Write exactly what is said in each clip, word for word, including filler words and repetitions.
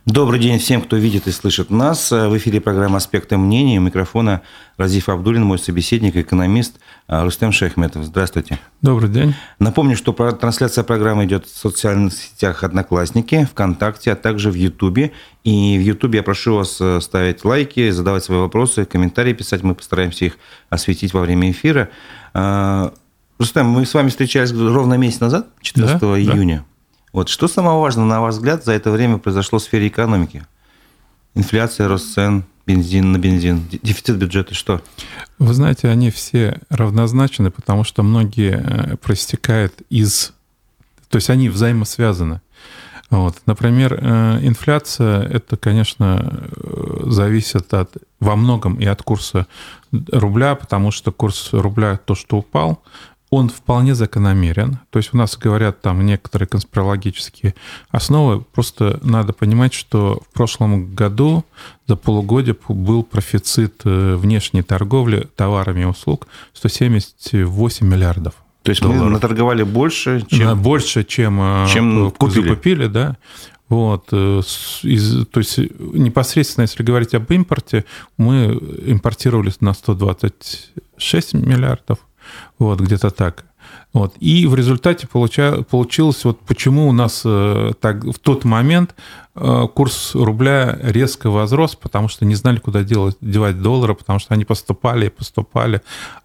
Добрый день всем, кто видит и слышит нас. В эфире программа «Аспекты мнений». У микрофона Разиф Абдуллин, мой собеседник, экономист Рустем Шаяхметов. Здравствуйте. Добрый день. Напомню, что трансляция программы идет в социальных сетях «Одноклассники», ВКонтакте, а также в Ютубе. И в Ютубе я прошу вас ставить лайки, задавать свои вопросы, комментарии писать. Мы постараемся их осветить во время эфира. Рустем, мы с вами встречались ровно месяц назад, четырнадцатого да, июня. Да. Вот что самое важное, на ваш взгляд, за это время произошло в сфере экономики? Инфляция, рост цен, бензин на бензин, дефицит бюджета, что? Вы знаете, они все равнозначны, потому что многие проистекают из... То есть они взаимосвязаны. Вот. Например, инфляция, это, конечно, зависит от, во многом и от курса рубля, потому что курс рубля, то, что упал, он вполне закономерен. То есть у нас говорят там некоторые конспирологические основы. Просто надо понимать, что в прошлом году за полугодие был профицит внешней торговли товарами и услуг сто семьдесят восемь миллиардов. То есть долларов. Мы наторговали больше, чем, больше, чем, чем купили. закупили, да. Вот. Из, то есть непосредственно, если говорить об импорте, мы импортировали на сто двадцать шесть миллиардов. Вот, где-то так. Вот. И в результате получа, получилось, вот почему у нас так, в тот момент курс рубля резко возрос, потому что не знали, куда делать, девать доллары, потому что они поступали и поступали,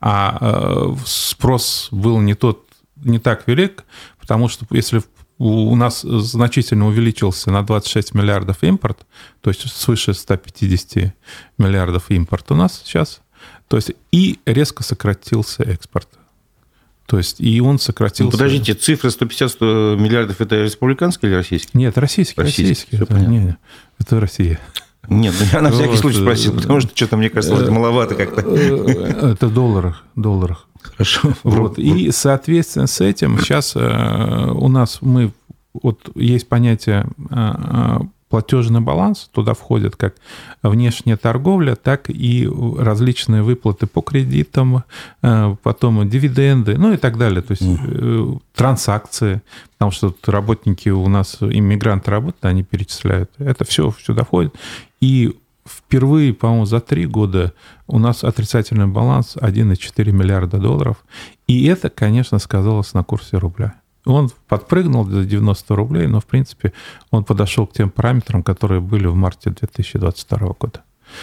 а спрос был не, тот, не так велик, потому что если у нас значительно увеличился на двадцать шесть миллиардов импорт, то есть свыше ста пятидесяти миллиардов импорт у нас сейчас, то есть и резко сократился экспорт. То есть и он сократился... Ну, подождите, цифра сто пятьдесят миллиардов – это республиканский или российский? Нет, российский. Российский, российский. Это, не, это Россия. Нет, я на всякий вот, случай спросил, потому что что-то, мне кажется, это маловато как-то. Это в долларах. долларах. Хорошо. Вот. И, соответственно, с этим сейчас у нас мы... Вот есть понятие... платежный баланс, туда входят как внешняя торговля, так и различные выплаты по кредитам, потом дивиденды, ну и так далее, то есть mm. транзакции, потому что работники у нас, иммигранты работают, они перечисляют, это все сюда входит. И впервые, по-моему, за три года у нас отрицательный баланс один целых четыре десятых миллиарда долларов, и это, конечно, сказалось на курсе рубля. Он подпрыгнул до девяноста рублей, но, в принципе, он подошел к тем параметрам, которые были в марте две тысячи двадцать второго года.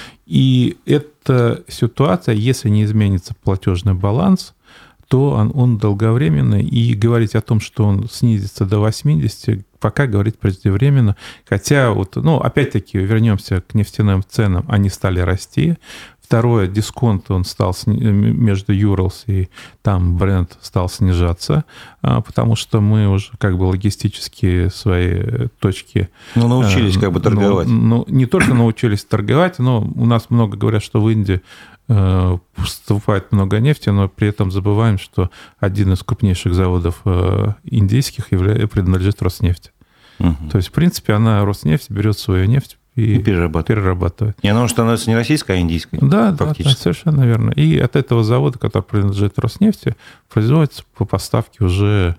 И эта ситуация, если не изменится платежный баланс, то он, он долговременный, и говорить о том, что он снизится до восьмидесяти, пока говорить преждевременно. Хотя, вот, ну, опять-таки, вернемся к нефтяным ценам, они стали расти. Второе, дисконт он стал между Urals и там Brent стал снижаться, потому что мы уже как бы логистические свои точки... Ну, научились как бы торговать. Ну, ну, не только научились торговать, но у нас много говорят, что в Индии поступает много нефти, но при этом забываем, что один из крупнейших заводов индийских является, принадлежит Роснефти. Угу. То есть, в принципе, она, Роснефть, берет свою нефть, И, и перерабатывает. перерабатывает. И она становится не российской, а индийской. Да, да, да, совершенно верно. И от этого завода, который принадлежит Роснефти, производится по поставке уже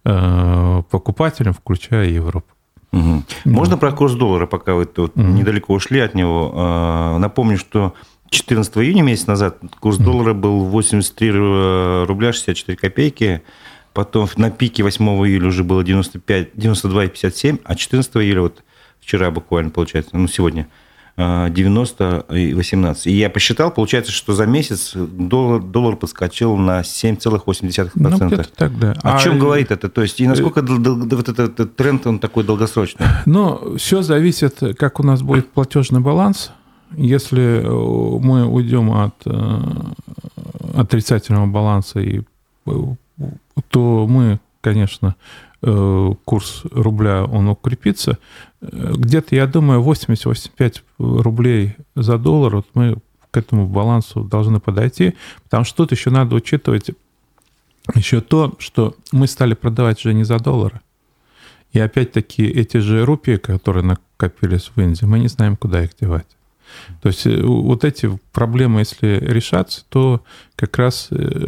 э, покупателям, включая Европу. Угу. Можно да. про курс доллара, пока вы тут угу. недалеко ушли от него? Э, напомню, что четырнадцатого июня, месяц назад, курс угу. доллара был восемьдесят три рубля шестьдесят четыре копейки. Потом на пике восьмого июля уже было девяносто пять, девяносто два пятьдесят семь, а четырнадцатого июля вот вчера буквально, получается, ну, сегодня, девяносто и восемнадцать. И я посчитал, получается, что за месяц доллар, доллар подскочил на семь целых восемь десятых процента. Ну, где-то так, да. О чем а... говорит это? То есть, и насколько вот этот, этот тренд, он такой долгосрочный? Ну, все зависит, как у нас будет платежный баланс. Если мы уйдем от отрицательного баланса, и, то мы, конечно, курс рубля, он укрепится. Где-то, я думаю, восемьдесят - восемьдесят пять рублей за доллар, вот мы к этому балансу должны подойти, потому что тут еще надо учитывать еще то, что мы стали продавать уже не за доллары. И опять-таки эти же рупии, которые накопились в Индии, мы не знаем, куда их девать. То есть вот эти проблемы, если решаться, то как раз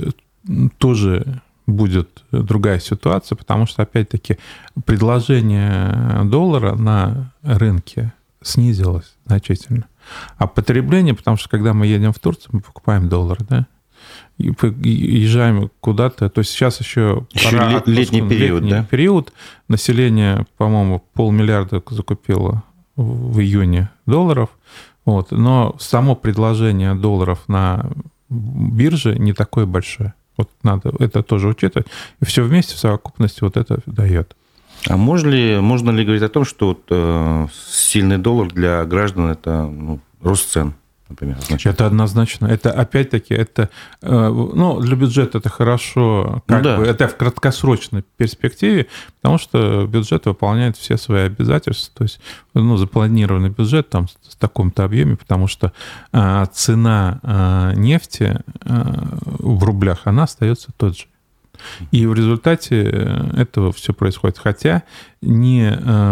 тоже будет другая ситуация, потому что, опять-таки, предложение доллара на рынке снизилось значительно. А потребление, потому что когда мы едем в Турцию, мы покупаем доллар, да, и езжаем куда-то, то есть сейчас еще, еще пора, летний отпуск, период, летний да? период, население, по-моему, полмиллиарда закупило в июне долларов, вот, но само предложение долларов на бирже не такое большое. Вот надо это тоже учитывать. И все вместе в совокупности вот это дает. А можно ли, можно ли говорить о том, что вот, э, сильный доллар для граждан – это ну, рост цен, например? Означает? Это однозначно. Это опять-таки, это, э, ну, для бюджета это хорошо, как ну, да. бы, это в краткосрочной перспективе, потому что бюджет выполняет все свои обязательства. То есть, ну, запланированный бюджет там в таком-то объеме, потому что э, цена э, нефти э, в рублях, она остается тот же. И в результате этого все происходит. Хотя не,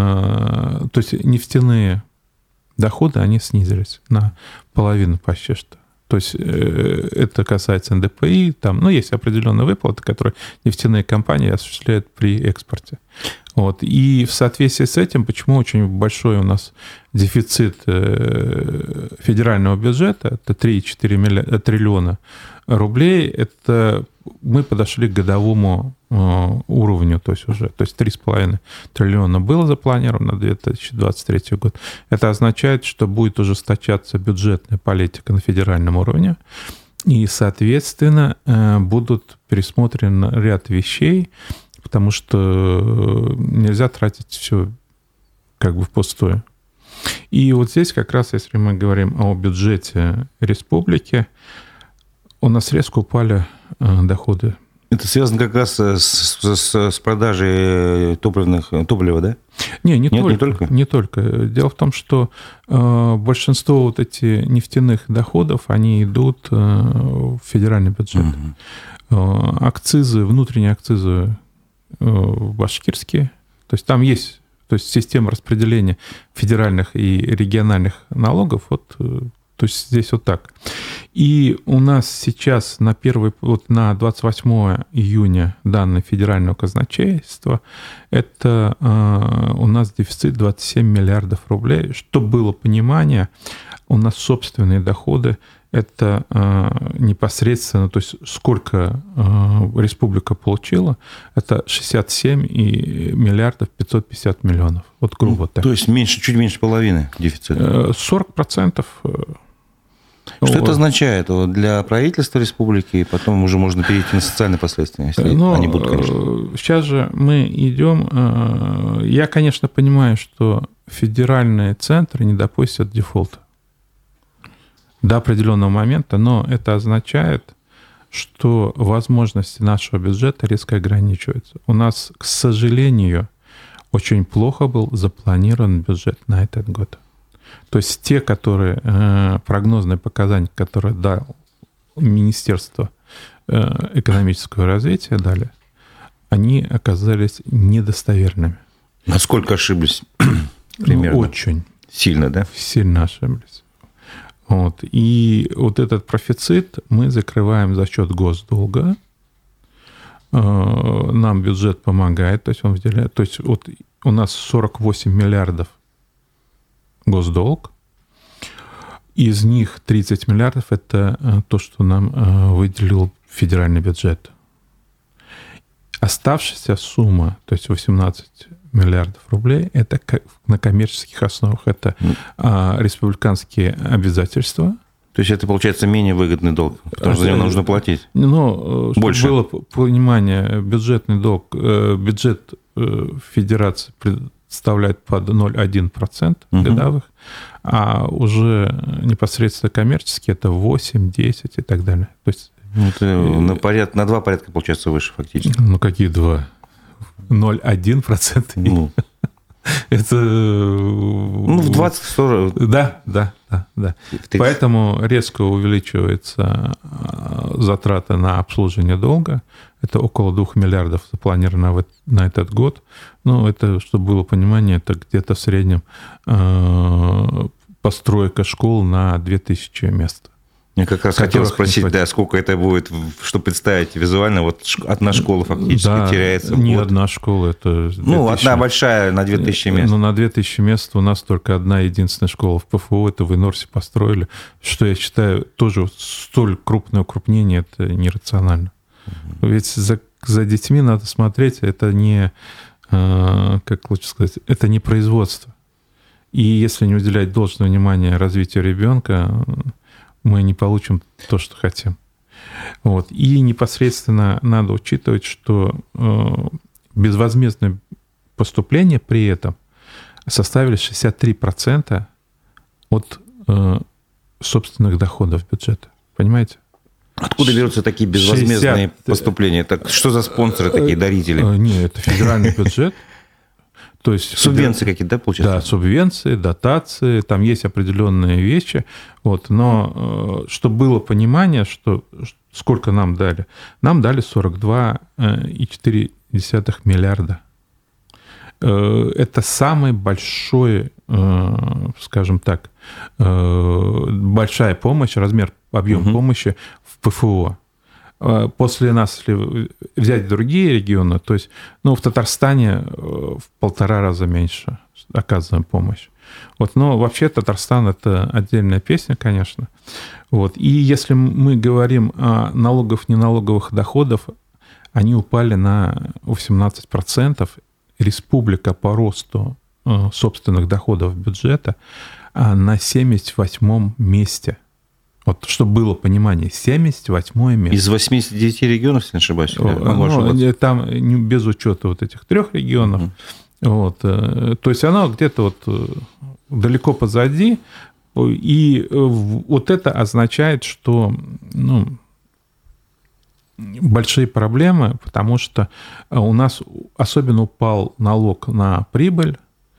то есть нефтяные доходы, они снизились на половину почти что. То есть это касается эн дэ пэ и, там, ну, есть определенные выплаты, которые нефтяные компании осуществляют при экспорте. Вот. И в соответствии с этим, почему очень большой у нас дефицит федерального бюджета, это три целых четыре десятых триллиона рублей, это мы подошли к годовому уровню, то есть уже, то есть три целых пять десятых триллиона было запланировано на две тысячи двадцать третий год. Это означает, что будет ужесточаться бюджетная политика на федеральном уровне, и, соответственно, будут пересмотрены ряд вещей, потому что нельзя тратить все как бы впустую. И вот здесь как раз, если мы говорим о бюджете республики, у нас резко упали доходы. Это связано как раз с, с, с продажей топливных, топлива, да? Не, не, Нет, только, не только. Не только. Дело в том, что э, большинство вот этих нефтяных доходов, они идут э, в федеральный бюджет. Угу. Э, акцизы, внутренние акцизы э, башкирские, то есть там есть, то есть система распределения федеральных и региональных налогов, вот, то есть здесь вот так. И у нас сейчас на первый, вот на двадцать восьмое июня данные федерального казначейства, это э, у нас дефицит двадцать семь миллиардов рублей. Чтобы было понимание, у нас собственные доходы, это э, непосредственно, то есть сколько э, республика получила, это шестьдесят семь миллиардов пятьсот пятьдесят миллионов. Вот грубо ну, так. То есть меньше, чуть меньше половины дефицита. сорок процентов. Что это означает для правительства республики, и потом уже можно перейти на социальные последствия, если Но они будут, конечно. Сейчас же мы идем... Я, конечно, понимаю, что федеральные центры не допустят дефолта до определенного момента, но это означает, что возможности нашего бюджета резко ограничиваются. У нас, к сожалению, очень плохо был запланирован бюджет на этот год. То есть те, которые, э, прогнозные показания, которые дал Министерство э, экономического развития, дали, они оказались недостоверными. Насколько ошиблись? Примерно. Ну, очень. Сильно, да? Сильно ошиблись. Вот. И вот этот профицит мы закрываем за счет госдолга. Э, нам бюджет помогает, то есть он выделяет. То есть вот у нас сорок восемь миллиардов госдолг. Из них тридцать миллиардов – это то, что нам выделил федеральный бюджет. Оставшаяся сумма, то есть восемнадцать миллиардов рублей, это на коммерческих основах. Это mm. республиканские обязательства. То есть это, получается, менее выгодный долг, потому что за него нужно платить. Ну, чтобы Больше. было понимание, бюджетный долг, бюджет федерации составляет под ноль целых одна десятая процента угу. годовых, а уже непосредственно коммерческие это восемь, десять и так далее. То есть, это на, поряд, на два порядка, получается, выше фактически. Ну, какие два? ноль целых одна десятая процента. Ну. Это... Ну, в двадцать-сорок. Да, да, да, да. Поэтому резко увеличивается затраты на обслуживание долга. Это около двух миллиардов запланировано на этот год. Ну, это, чтобы было понимание, это где-то в среднем постройка школ на две тысячи мест. Я как раз хотел спросить, да, сколько это будет, что представить визуально, вот одна школа фактически да, теряется. Не год. Одна школа, это... Ну, одна большая на две тысячи мест. Ну, на две тысячи мест у нас только одна единственная школа в ПФО, это в Инорсе построили, что я считаю тоже столь крупное укрупнение, это нерационально. Угу. Ведь за, за детьми надо смотреть, это не, как лучше сказать, это не производство. И если не уделять должное внимание развитию ребенка, мы не получим то, что хотим. Вот. И непосредственно надо учитывать, что э, безвозмездные поступления при этом составили шестьдесят три процента от э, собственных доходов бюджета. Понимаете? Откуда берутся такие безвозмездные шестьдесят... поступления? Так, что за спонсоры такие, дарители? Нет, это федеральный бюджет. То есть, субвенции какие-то, да, получается? Да, субвенции, дотации, там есть определенные вещи. Вот, но чтобы было понимание, что, сколько нам дали. Нам дали сорок два целых четыре десятых миллиарда. Это самый большой, скажем так, большая помощь, размер, объем угу. помощи в ПФО. После нас, если взять другие регионы, то есть, ну, в Татарстане в полтора раза меньше оказываем помощь. Вот, но вообще Татарстан – это отдельная песня, конечно. Вот. И если мы говорим о налогов, неналоговых доходах, они упали на восемнадцать процентов. Республика по росту собственных доходов бюджета на семьдесят восьмом месте. Вот, чтобы было понимание, семьдесят восьмое место. Из восьмидесяти девяти регионов, если не ошибаюсь? Ну, там без учета вот этих трех регионов. Угу. Вот, то есть оно где-то вот далеко позади, и вот это означает, что ну, большие проблемы, потому что у нас особенно упал налог на прибыль,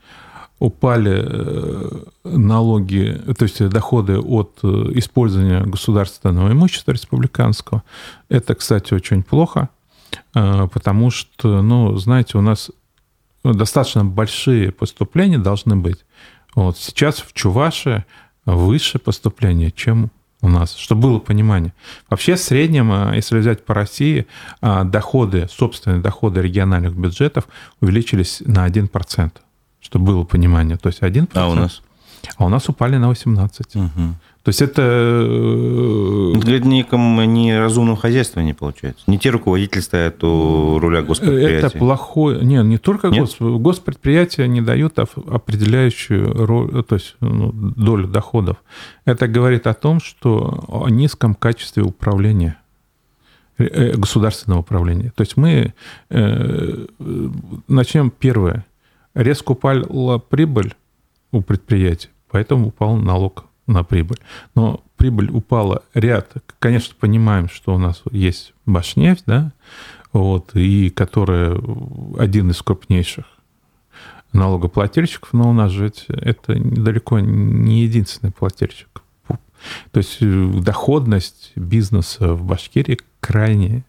упали налоги, то есть доходы от использования государственного имущества республиканского. Это, кстати, очень плохо, потому что, ну, знаете, у нас достаточно большие поступления должны быть. Вот сейчас в Чувашии выше поступления, чем у нас, чтобы было понимание. Вообще в среднем, если взять по России, доходы, собственные доходы региональных бюджетов увеличились на один процент. Чтобы было понимание. То есть один процент. А у нас? А у нас упали на восемнадцать процентов. Угу. То есть это... Это никому неразумного хозяйства не получается. Не те руководители стоят у руля госпредприятия. Это плохое... Нет, не только гос... госпредприятия не дают определяющую роль, то есть ну, долю доходов. Это говорит о том, что о низком качестве управления, государственного управления. То есть мы э, начнем первое. Резко упала прибыль у предприятий, поэтому упал налог на прибыль. Но прибыль упала ряд. Конечно, понимаем, что у нас есть Башнефть, да, вот, и которая один из крупнейших налогоплательщиков, но у нас же это далеко не единственный плательщик. То есть доходность бизнеса в Башкирии крайне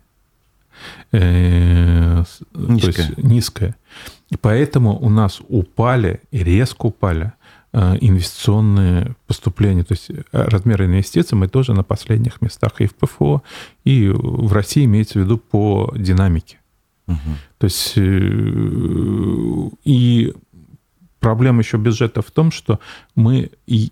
э, низкая. То есть низкая. И поэтому у нас упали, и резко упали инвестиционные поступления. То есть размер инвестиций мы тоже на последних местах и в ПФО, и в России имеется в виду по динамике. Угу. То есть и проблема еще бюджета в том, что мы и,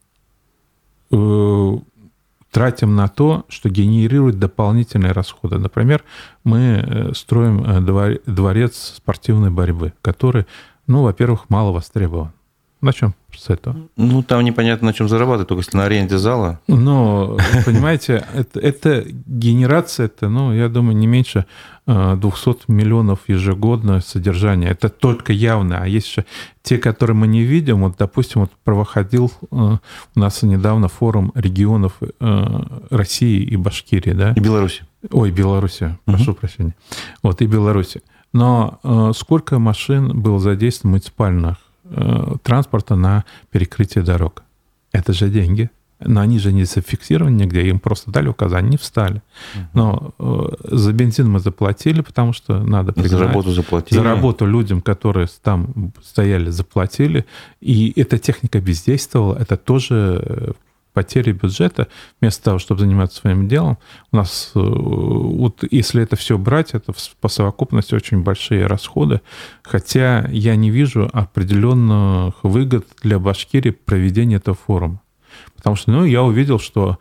э, тратим на то, что генерирует дополнительные расходы. Например, мы строим дворец спортивной борьбы, который, ну, во-первых, мало востребован. На чем с этого? Ну, там непонятно, на чем зарабатывать, только если на аренде зала. Но, понимаете, это, это генерация, это, ну, я думаю, не меньше двести миллионов ежегодно содержания. Это только явно. А есть еще те, которые мы не видим. Вот, допустим, вот проходил у нас недавно форум регионов России и Башкирии, да? И Беларуси. Ой, Беларуси, прошу угу. прощения. Вот, и Беларуси. Но сколько машин было задействовано муниципальных транспорта на перекрытие дорог? Это же деньги. Но они же не зафиксированы нигде, им просто дали указание, не встали. Но э, за бензин мы заплатили, потому что надо признать. За работу заплатили. За работу людям, которые там стояли, заплатили. И эта техника бездействовала, это тоже потери бюджета, вместо того, чтобы заниматься своим делом, у нас, вот если это все брать, это по совокупности очень большие расходы, хотя я не вижу определенных выгод для Башкирии проведения этого форума. Потому что, ну, я увидел, что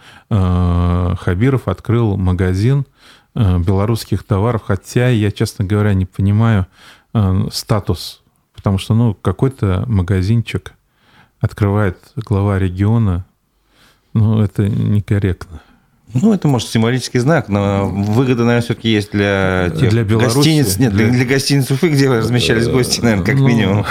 э, Хабиров открыл магазин э, белорусских товаров, хотя я, честно говоря, не понимаю э, статус, потому что, ну, какой-то магазинчик открывает глава региона, ну, это некорректно. Ну, это, может, символический знак, но выгода, наверное, все-таки есть для тех для гостиниц. Нет, для, для гостиниц Уфы, где размещались гости, наверное, как ну, минимум.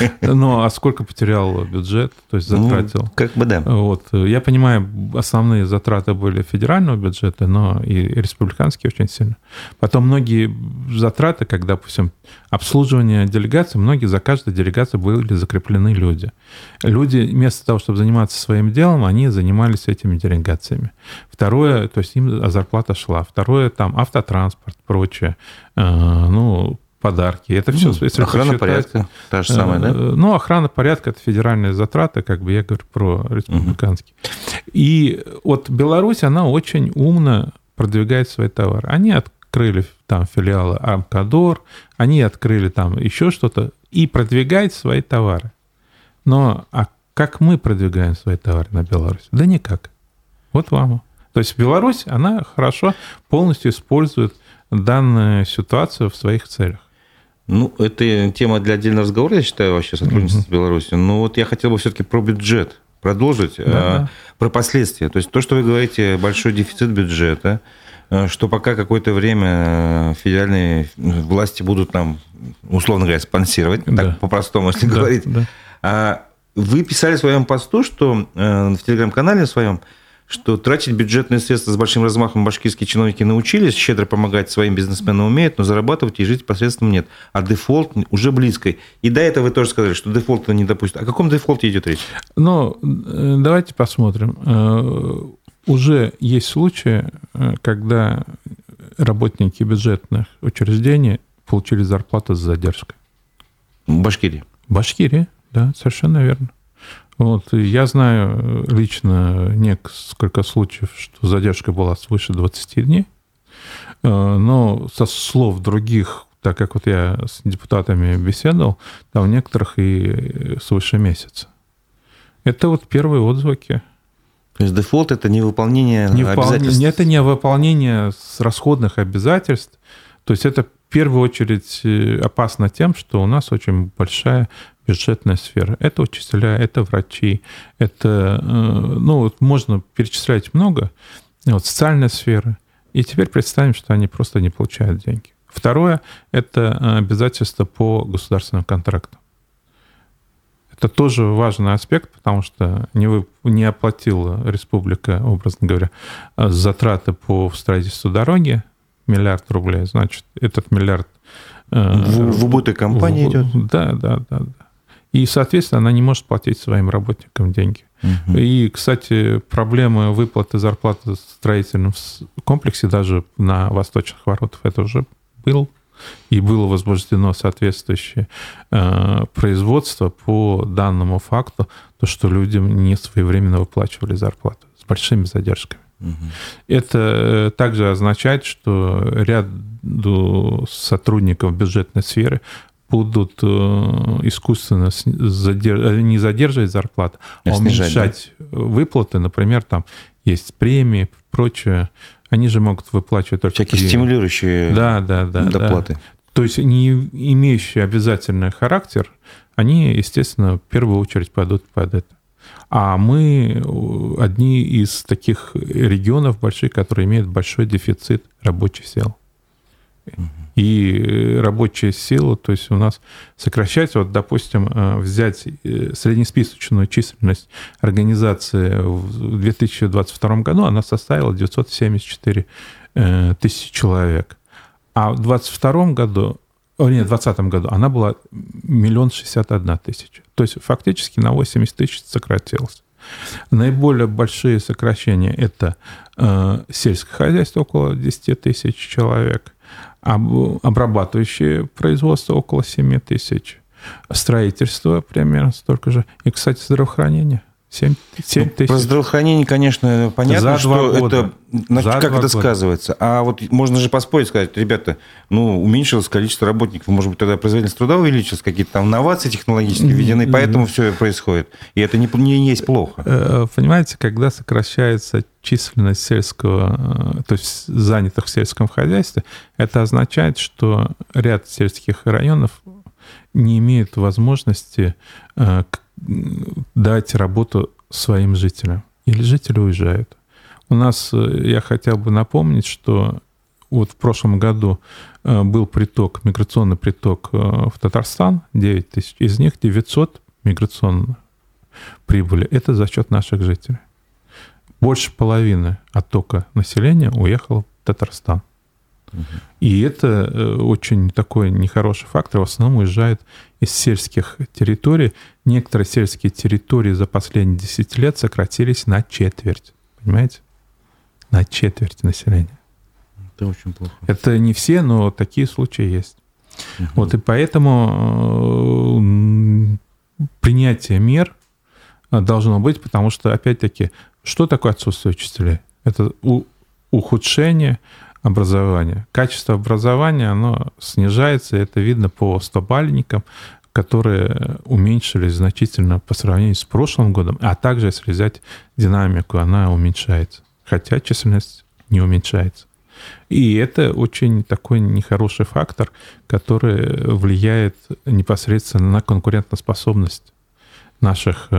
Ну, а сколько потерял бюджет, то есть затратил? Ну, как бы да. Вот. Я понимаю, основные затраты были федерального бюджета, но и республиканские очень сильно. Потом многие затраты, как, допустим, обслуживание делегаций, многие за каждой делегацией были закреплены люди. Люди, вместо того, чтобы заниматься своим делом, они занимались этими делегациями. Второе, то есть им зарплата шла. Второе, там автотранспорт, прочее, э, ну, подарки. Это все, ну, если охрана посчитать, порядка, та же самая, да? Ну, охрана порядка – это федеральные затраты, как бы я говорю про республиканские. Uh-huh. И вот Беларусь, она очень умно продвигает свои товары. Они открыли там филиалы Амкадор, они открыли там еще что-то и продвигают свои товары. Но а как мы продвигаем свои товары на Беларусь? Да никак. Вот вам. То есть Беларусь, она хорошо полностью использует данную ситуацию в своих целях. Ну, это тема для отдельного разговора, я считаю, вообще сотрудничество uh-huh. с Беларусью. Но вот я хотел бы все-таки про бюджет продолжить, да, а, да. про последствия. То есть то, что вы говорите, большой дефицит бюджета, что пока какое-то время федеральные власти будут нам, условно говоря, спонсировать, да. так по-простому, если да, говорить. Да. А вы писали в своем посту, что в телеграм-канале своем, что тратить бюджетные средства с большим размахом башкирские чиновники научились, щедро помогать своим бизнесменам умеют, но зарабатывать и жить посредством нет. А дефолт уже близко. И до этого вы тоже сказали, что дефолта не допустят. О каком дефолте идет речь? Ну, давайте посмотрим. Уже есть случаи, когда работники бюджетных учреждений получили зарплату с задержкой. В Башкирии? В Башкирии, да, совершенно верно. Вот, я знаю лично несколько случаев, что задержка была свыше двадцати дней, но со слов других, так как вот я с депутатами беседовал, там в некоторых и свыше месяца. Это вот первые отзвуки. То есть дефолт – это невыполнение не обязательств? Это не выполнение расходных обязательств. То есть это в первую очередь опасно тем, что у нас очень большая бюджетная сфера. Это учителя, это врачи, это, ну, вот можно перечислять много, вот, социальная сфера. И теперь представим, что они просто не получают деньги. Второе – это обязательства по государственным контрактам. Это тоже важный аспект, потому что не, вы, не оплатила республика, образно говоря, затраты по строительству дороги, миллиард рублей, значит, этот миллиард... В, в убыток компании в, идет? Да, да, да, да. И, соответственно, она не может платить своим работникам деньги. Угу. И, кстати, проблема выплаты зарплаты в строительном комплексе даже на восточных воротах это уже был. И было возбуждено соответствующее э, производство по данному факту, то, что людям не своевременно выплачивали зарплату с большими задержками. Угу. Это также означает, что ряду сотрудников бюджетной сферы будут искусственно задерж... не задерживать зарплату, а, а уменьшать да? выплаты. Например, там есть премии, прочее. Они же могут выплачивать только... Всякие премии. Стимулирующие да, да, да, доплаты. Да. То есть не имеющие обязательный характер, они, естественно, в первую очередь пойдут под это. А мы одни из таких регионов больших, которые имеют большой дефицит рабочей силы. И рабочая сила, то есть у нас сокращается, вот, допустим, взять среднесписочную численность организации в две тысячи двадцать втором году, она составила девятьсот семьдесят четыре тысячи человек. А в двадцать втором году, о, нет, в двадцатом году она была миллион шестьдесят одна тысяча. То есть фактически на восемьдесят тысяч сократилось. Наиболее большие сокращения – это э, сельское хозяйство, около десять тысяч человек, обрабатывающее производство около семь тысяч, строительство примерно столько же, и, кстати, здравоохранение. семь тысяч. Про здравоохранение, конечно, понятно, что это, как это года. сказывается. А вот можно же поспорить, сказать, ребята, ну, уменьшилось количество работников, может быть, тогда производительность труда увеличилась, какие-то там инновации технологически введены, поэтому все происходит. И это не, не есть плохо. Понимаете, когда сокращается численность сельского, то есть занятых в сельском хозяйстве, это означает, что ряд сельских районов не имеют возможности дать работу своим жителям. Или жители уезжают. У нас, я хотел бы напомнить, что вот в прошлом году был приток, миграционный приток в Татарстан, девять тысяч, из них девятьсот миграционно прибыли. Это за счет наших жителей. Больше половины оттока населения уехало в Татарстан. Угу. И это очень такой нехороший фактор. В основном уезжает из сельских территорий. Некоторые сельские территории за последние десять лет сократились на четверть. Понимаете? На четверть населения. Это очень плохо. Это не все, но такие случаи есть. Угу. Вот и поэтому принятие мер должно быть, потому что, опять-таки, что такое отсутствие учителей? Это ухудшение образования. Качество образования, оно снижается, и это видно по стобальникам, которые уменьшились значительно по сравнению с прошлым годом, а также, если взять динамику, она уменьшается, хотя численность не уменьшается. И это очень такой нехороший фактор, который влияет непосредственно на конкурентоспособность наших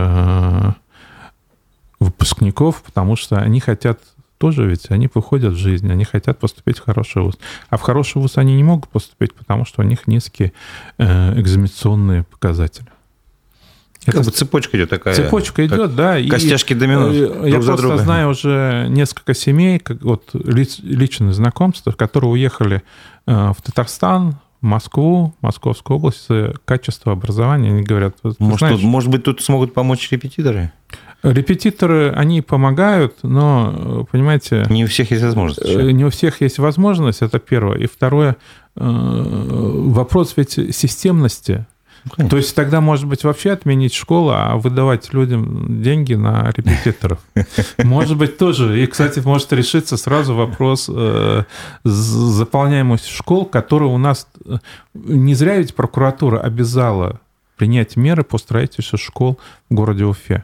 выпускников, потому что они хотят тоже, ведь они выходят в жизнь, они хотят поступить в хороший вуз. А в хороший вуз они не могут поступить, потому что у них низкие экзаменационные показатели. Как это бы цепочка идет такая. Цепочка идет, да. Костяшки домино. Я просто друга. знаю уже несколько семей, как вот личные знакомства, которые уехали в Татарстан, в Москву, Московскую область, качество образования. Они говорят, может, знаешь, тут, может быть, тут смогут помочь репетиторы? Репетиторы, они помогают, но, понимаете... Не у всех есть возможность. Не у всех есть возможность, это первое. И второе, вопрос ведь системности. Конечно. То есть тогда, может быть, вообще отменить школу, а выдавать людям деньги на репетиторов. Может быть, тоже. И, кстати, может решиться сразу вопрос заполняемости школ, которые у нас... Не зря ведь прокуратура обязала принять меры по строительству школ в городе Уфе.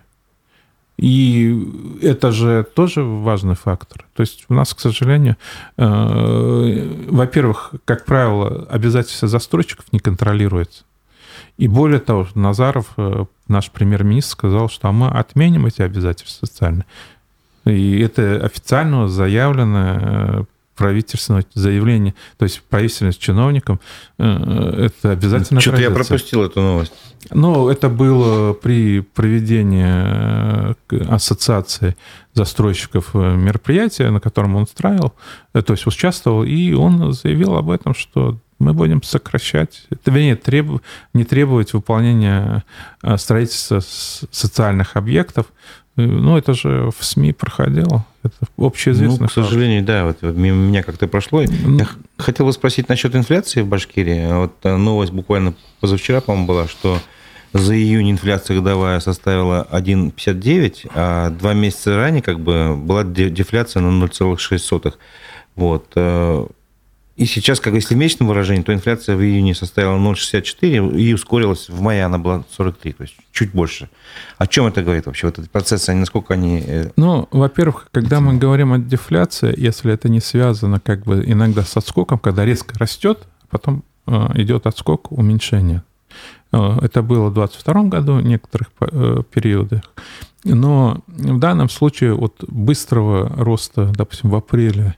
И это же тоже важный фактор. То есть у нас, к сожалению, э, во-первых, как правило, обязательства застройщиков не контролируются. И более того, Назаров, э, наш премьер-министр, сказал, что мы отменим эти обязательства социальные. И это официально заявлено э, правительственное заявление, то есть правительственным чиновникам, э, это обязательно. Что-то я пропустил эту новость. Ну, это было при проведении ассоциации застройщиков мероприятия, на котором он устраивал, то есть участвовал, и он заявил об этом, что мы будем сокращать, вернее, треб, не требовать выполнения строительства социальных объектов. Ну, это же в СМИ проходило. Это общеизвестно. Ну, к сожалению, да, вот мимо меня как-то прошло. Я хотел бы спросить насчет инфляции в Башкирии. Вот новость буквально позавчера, по-моему, была, что за июнь инфляция годовая составила один целых пятьдесят девять сотых, а два месяца ранее как бы была дефляция на ноль целых шесть сотых. Вот. И сейчас, как если в месячном выражении, то инфляция в июне составила ноль целых шестьдесят четыре и ускорилась в мае, она была сорок три, то есть чуть больше. О чем это говорит вообще? Вот эти процессы, они, насколько они... Ну, во-первых, когда мы говорим о дефляции, если это не связано как бы иногда с отскоком, когда резко растет, а потом идет отскок, уменьшение. Это было в двадцать втором году в некоторых периодах. Но в данном случае от быстрого роста, допустим, в апреле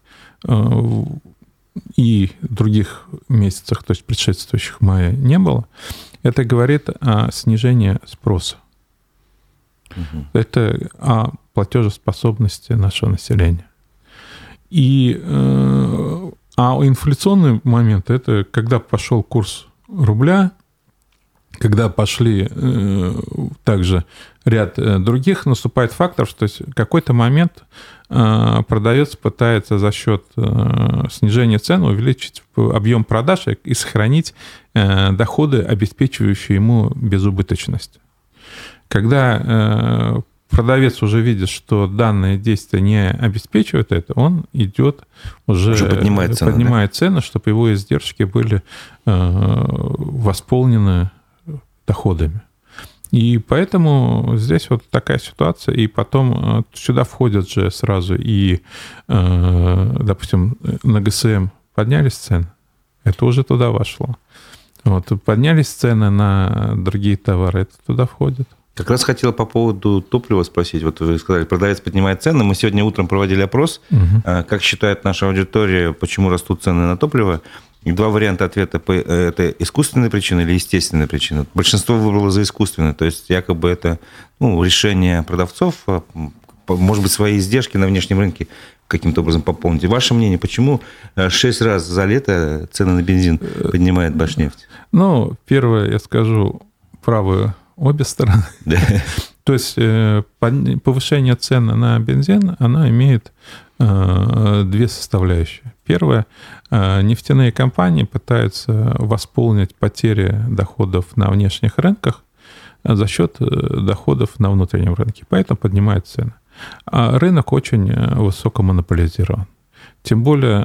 и других месяцах, то есть предшествующих мая, не было, это говорит о снижении спроса. Угу. Это о платежеспособности нашего населения. И, а инфляционный момент – это когда пошел курс рубля, когда пошли также ряд других, наступает фактор, что в какой-то момент продавец пытается за счет снижения цен увеличить объем продаж и сохранить доходы, обеспечивающие ему безубыточность. Когда продавец уже видит, что данное действие не обеспечивает это, он идет уже, уже поднимает цены, поднимает да? цены, чтобы его издержки были э, восполнены доходами. И поэтому здесь вот такая ситуация. И потом сюда входят же сразу и, э, допустим, на ГСМ поднялись цены, это уже туда вошло. Вот, поднялись цены на другие товары, это туда входит. Как раз хотел по поводу топлива спросить. Вот вы сказали, продавец поднимает цены. Мы сегодня утром проводили опрос. Угу. Как считает наша аудитория, почему растут цены на топливо? И два варианта ответа. Это искусственная причина или естественная причина. Большинство выбрало за искусственную. То есть якобы это ну, решение продавцов, может быть, свои издержки на внешнем рынке каким-то образом пополнить. И ваше мнение, почему шесть раз за лето цены на бензин поднимает Башнефть? Ну, первое, я скажу правую обе стороны. Да. То есть повышение цены на бензин, оно имеет две составляющие. Первое, нефтяные компании пытаются восполнить потери доходов на внешних рынках за счет доходов на внутреннем рынке, поэтому поднимают цены. А рынок очень высокомонополизирован. Тем более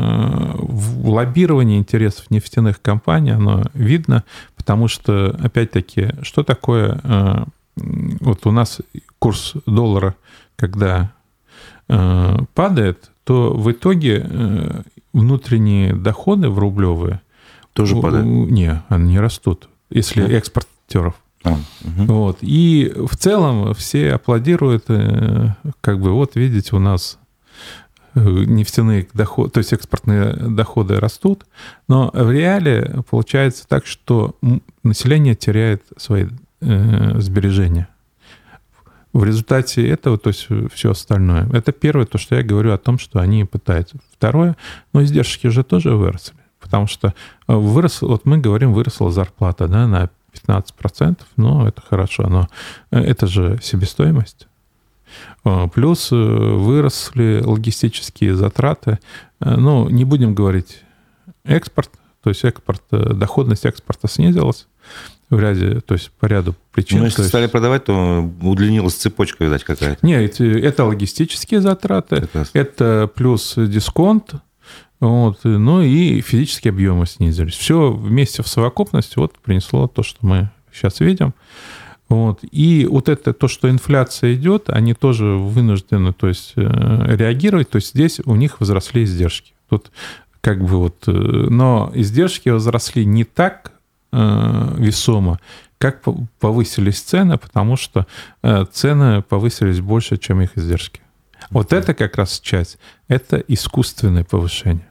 в лоббировании интересов нефтяных компаний оно видно, потому что, опять-таки, что такое... Вот у нас курс доллара, когда падает, то в итоге внутренние доходы в рублевые... Тоже падают? Не, они не растут, если да. экспортеров. А, угу. Вот. И в целом все аплодируют, как бы, вот видите, у нас нефтяные доходы, то есть экспортные доходы растут, но в реале получается так, что население теряет свои э, сбережения. В результате этого, то есть все остальное. Это первое, то, что я говорю о том, что они пытаются. Второе, ну, издержки же тоже выросли, потому что вырос, вот мы говорим, выросла зарплата, да, на пятнадцать процентов, ну, это хорошо, но это же себестоимость. Плюс выросли логистические затраты. Ну, не будем говорить экспорт, то есть экспорт, доходность экспорта снизилась в ряде, то есть по ряду причин. Ну, если есть... стали продавать, то удлинилась цепочка, видать, какая-то. Нет, это логистические затраты, это плюс дисконт, вот, ну и физические объемы снизились. Все вместе в совокупности вот принесло то, что мы сейчас видим. Вот. И вот это то, что инфляция идет, они тоже вынуждены, то есть, реагировать. То есть здесь у них возросли издержки. Тут как бы вот, но издержки возросли не так э, весомо, как повысились цены, потому что цены повысились больше, чем их издержки. Вот это как раз часть, это искусственное повышение.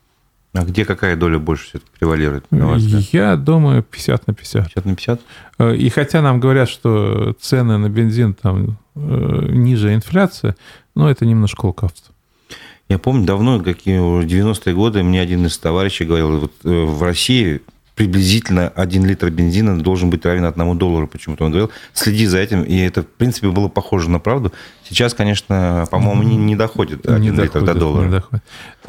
А где какая доля больше все-таки превалирует? Я думаю, пятьдесят на пятьдесят. пятьдесят на пятьдесят? И хотя нам говорят, что цены на бензин там ниже инфляции, но это немножко лукавство. Я помню, давно, какие в девяностые годы, мне один из товарищей говорил, вот в России приблизительно один литр бензина должен быть равен одному доллару, почему-то он говорил. Следи за этим, и это, в принципе, было похоже на правду. Сейчас, конечно, по-моему, не, не доходит один не литр доходит, до доллара. Не доходит.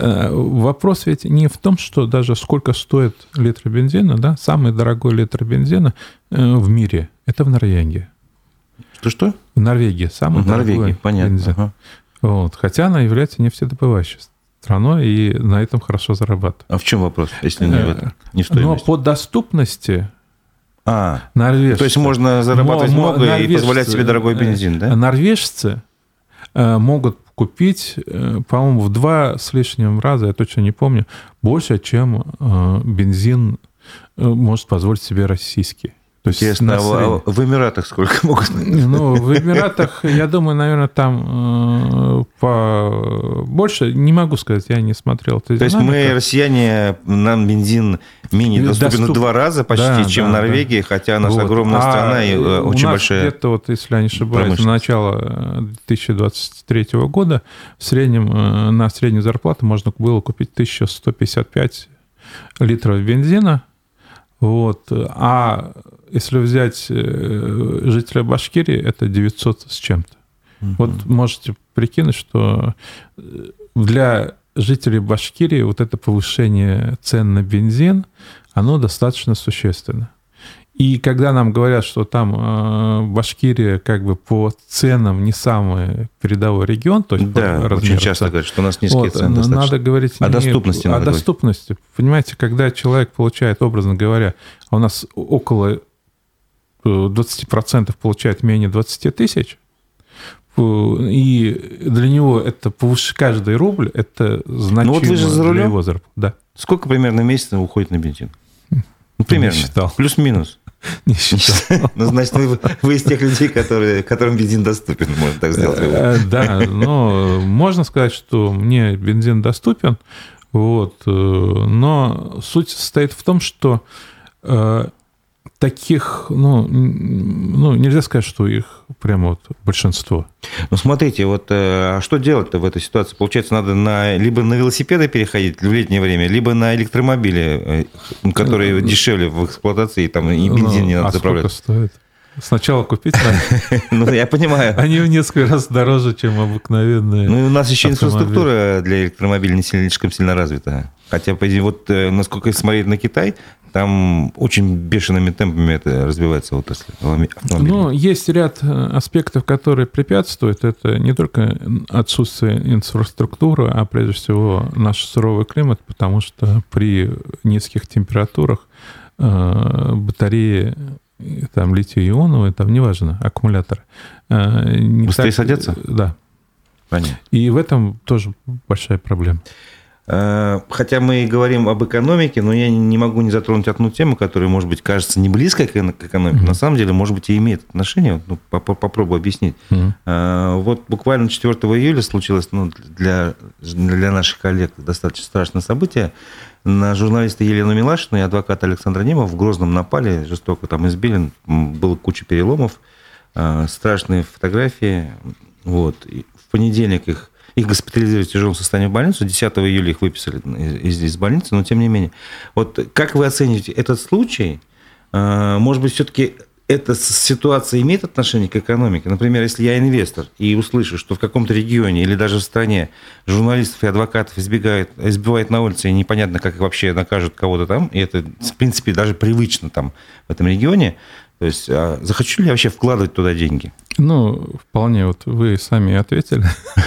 Вопрос ведь не в том, что даже сколько стоит литр бензина, да, самый дорогой литр бензина в мире – это в Норвегии. Что-что? В Норвегии самый в дорогой Норвегии, понятно. бензин. Ага. Вот. Хотя она является нефтедобывающей страной и на этом хорошо зарабатывает. А в чем вопрос, если не в этом? Не в стоимости? Но по доступности а, норвежцы... То есть можно зарабатывать но, много и позволять себе дорогой бензин, да? Норвежцы могут купить, по-моему, в два с лишним раза, я точно не помню, больше, чем бензин может позволить себе российский. То есть интересно, а в Эмиратах сколько могут? Ну, в Эмиратах, я думаю, наверное, там э, по... больше, не могу сказать, я не смотрел. То есть мы, россияне, нам бензин менее доступен Доступ... в два раза почти, да, чем да, в Норвегии, да. Хотя у нас вот. огромная а страна и очень у нас большая где-то, вот, если я не ошибаюсь, на начало две тысячи двадцать третьего года в среднем, на среднюю зарплату можно было купить тысяча сто пятьдесят пять литров бензина. Вот. А если взять жителя Башкирии, это девятьсот с чем-то. Uh-huh. Вот можете прикинуть, что для жителей Башкирии вот это повышение цен на бензин, оно достаточно существенно. И когда нам говорят, что там э, Башкирия как бы по ценам не самый передовой регион, то есть да, очень часто говорят, что у нас низкие вот, цены достаточно. Надо говорить о доступности. О надо доступности. Говорить. Понимаете, когда человек получает, образно говоря, а у нас около двадцать процентов получает менее двадцать тысяч, и для него это повыше каждый рубль, это значимо ну, вот вы же за рулем? Для его заработка. Да. Сколько примерно в месяц уходит на бензин? Ну, примерно. Не считал. Плюс-минус. Не считал. Ну, значит, вы, вы из тех людей, которые, которым бензин доступен, можно так сделать. Да, но можно сказать, что мне бензин доступен, вот, но суть состоит в том, что таких, ну, ну, нельзя сказать, что их прямо вот большинство. Ну, смотрите, вот а что делать-то в этой ситуации? Получается, надо на, либо на велосипеды переходить в летнее время, либо на электромобили, которые дешевле в эксплуатации, там и бензин не надо а заправлять. А сколько стоит? Сначала купить надо. Ну, я понимаю. Они в несколько раз дороже, чем обыкновенные. Ну, у нас еще инфраструктура для электромобилей не слишком сильно развита. Хотя, вот насколько смотреть на Китай, там очень бешеными темпами это развивается отрасль автомобилей. Ну, есть ряд аспектов, которые препятствуют. Это не только отсутствие инфраструктуры, а прежде всего наш суровый климат, потому что при низких температурах батареи, там литий-ионовые, там неважно, аккумуляторы. Не быстрее так, садятся? Да. Понятно. И в этом тоже большая проблема. Хотя мы и говорим об экономике, но я не могу не затронуть одну тему, которая, может быть, кажется не близкой к экономике, mm-hmm. на самом деле, может быть, и имеет отношение. Ну, попробую объяснить. Mm-hmm. Вот буквально четвёртого июля случилось ну, для, для наших коллег достаточно страшное событие. На журналиста Елену Милашину и адвоката Александра Немова в Грозном напали, жестоко там избили, было куча переломов, страшные фотографии. Вот. И в понедельник их Их госпитализировали в тяжелом состоянии в больницу. десятого июля их выписали из, из больницы, но тем не менее. Вот как вы оцениваете этот случай? Может быть, все-таки эта ситуация имеет отношение к экономике? Например, если я инвестор и услышу, что в каком-то регионе или даже в стране журналистов и адвокатов избегают, избивают на улице, и непонятно, как вообще накажут кого-то там, и это, в принципе, даже привычно там в этом регионе, то есть захочу ли я вообще вкладывать туда деньги? Ну, вполне, вот вы сами ответили.